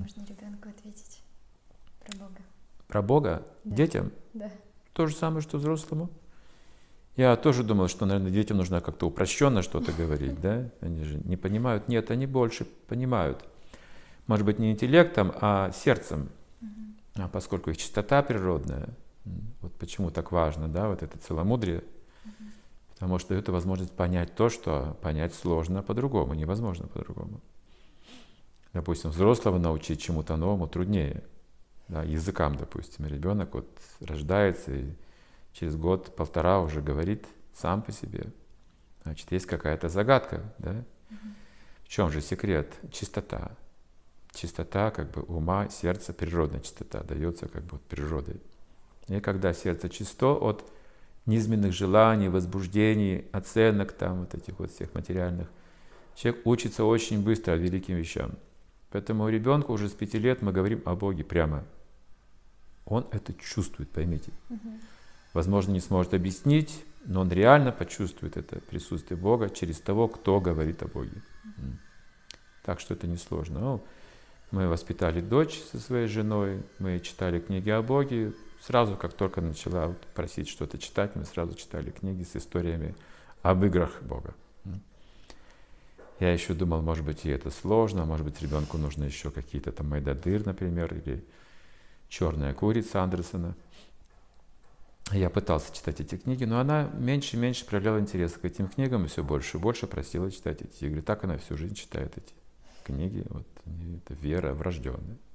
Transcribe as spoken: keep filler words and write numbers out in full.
можно ребенку ответить про Бога? Про Бога? Да. Детям? Да. То же самое, что взрослому. Я тоже думал, что, наверное, детям нужно как-то упрощенно что-то говорить, да? Они же не понимают. Нет, они больше понимают. Может быть, не интеллектом, а сердцем. А поскольку их чистота природная, вот почему так важно, да, вот это целомудрие, потому что это возможность понять то, что понять сложно по-другому, невозможно по-другому. Допустим, взрослого научить чему-то новому труднее. Да, языкам, допустим, ребенок вот рождается и через год-полтора уже говорит сам по себе. Значит, есть какая-то загадка, да? Mm-hmm. В чем же секрет? Чистота. Чистота как бы ума, сердца, природная чистота дается как бы от природой. И когда сердце чисто от низменных желаний, возбуждений, оценок, там вот этих вот всех материальных, человек учится очень быстро великим вещам. Поэтому ребенку уже с пяти лет мы говорим о Боге прямо. Он это чувствует, поймите. Mm-hmm. Возможно, не сможет объяснить, но он реально почувствует это присутствие Бога через того, кто говорит о Боге. Mm-hmm. Так что это несложно. Ну, мы воспитали дочь со своей женой, мы читали книги о Боге. Сразу, как только начала просить что-то читать, мы сразу читали книги с историями об играх Бога. Я еще думал, может быть, и это сложно, может быть, ребенку нужно еще какие-то там Майдадыр, например, или «Черная курица» Андерсона. Я пытался читать эти книги, но она меньше и меньше проявляла интерес к этим книгам и все больше и больше просила читать эти игры. Так она всю жизнь читает эти книги. Вот, это вера врожденная.